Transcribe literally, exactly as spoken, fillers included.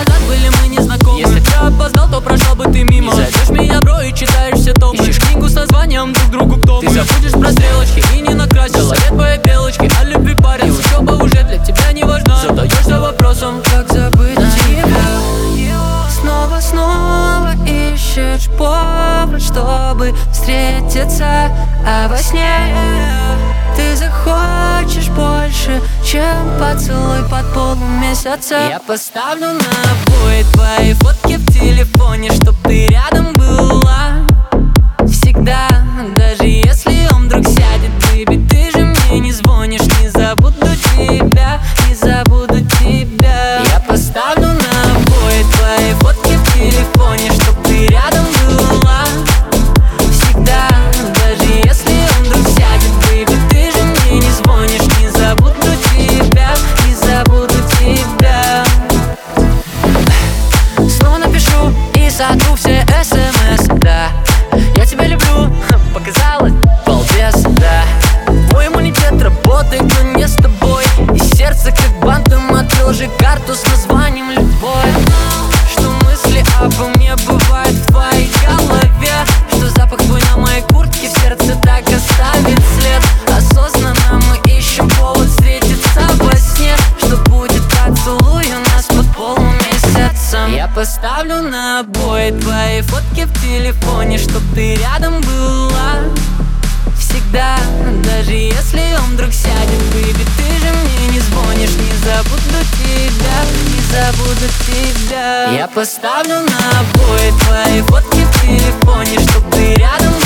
назад были мы не знакомы. Если я опоздал, то прошел бы ты мимо. Не зайдешь меня, бро, и читаешь все томы. Ищешь книгу с названием друг другу кто мы. Ты забудешь про стрелочки и не накрасишь в голове твоей белочки. О любви, парень, учеба уже для тебя не важна. Задаешься вопросом, как забыть тебя. Снова, снова ищешь повод, чтобы встретиться, а во сне ты захочешь больше, чем поцелуй под полумесяца. Я поставлю на обои твои фотки в телефоне, чтоб ты рядом была всегда. Даже если он вдруг сядет, baby, ты же мне не звонишь. Не забуду тебя, не забуду тебя. Я поставлю на обои твои фотки в телефоне, чтоб ты рядом была всегда. Даже если он вдруг сядет, baby, ты же мне не звонишь. Не забуду тебя, не забуду тебя. Снова напишу и сотру все смс, да. Я тебя люблю, показалось, балбес, да. Мой иммунитет работает, но не с тобой. И сердце как бантом отложи карту с названием любовь. Что мысли обо мне бывают в твоей голове, что запах твой на моей куртке в сердце так оставит след. Осознанно мы ищем повод встретиться во сне. Что будет, поцелуй у нас под полумесяцем. Я поставлю на обои твои фотки в телефоне, чтоб ты рядом была всегда. Даже если он вдруг сядет, baby, ты же мне не звонишь. Не забуду тебя, не забуду тебя. Я поставлю на обои твои фотки в телефоне, чтоб ты рядом была.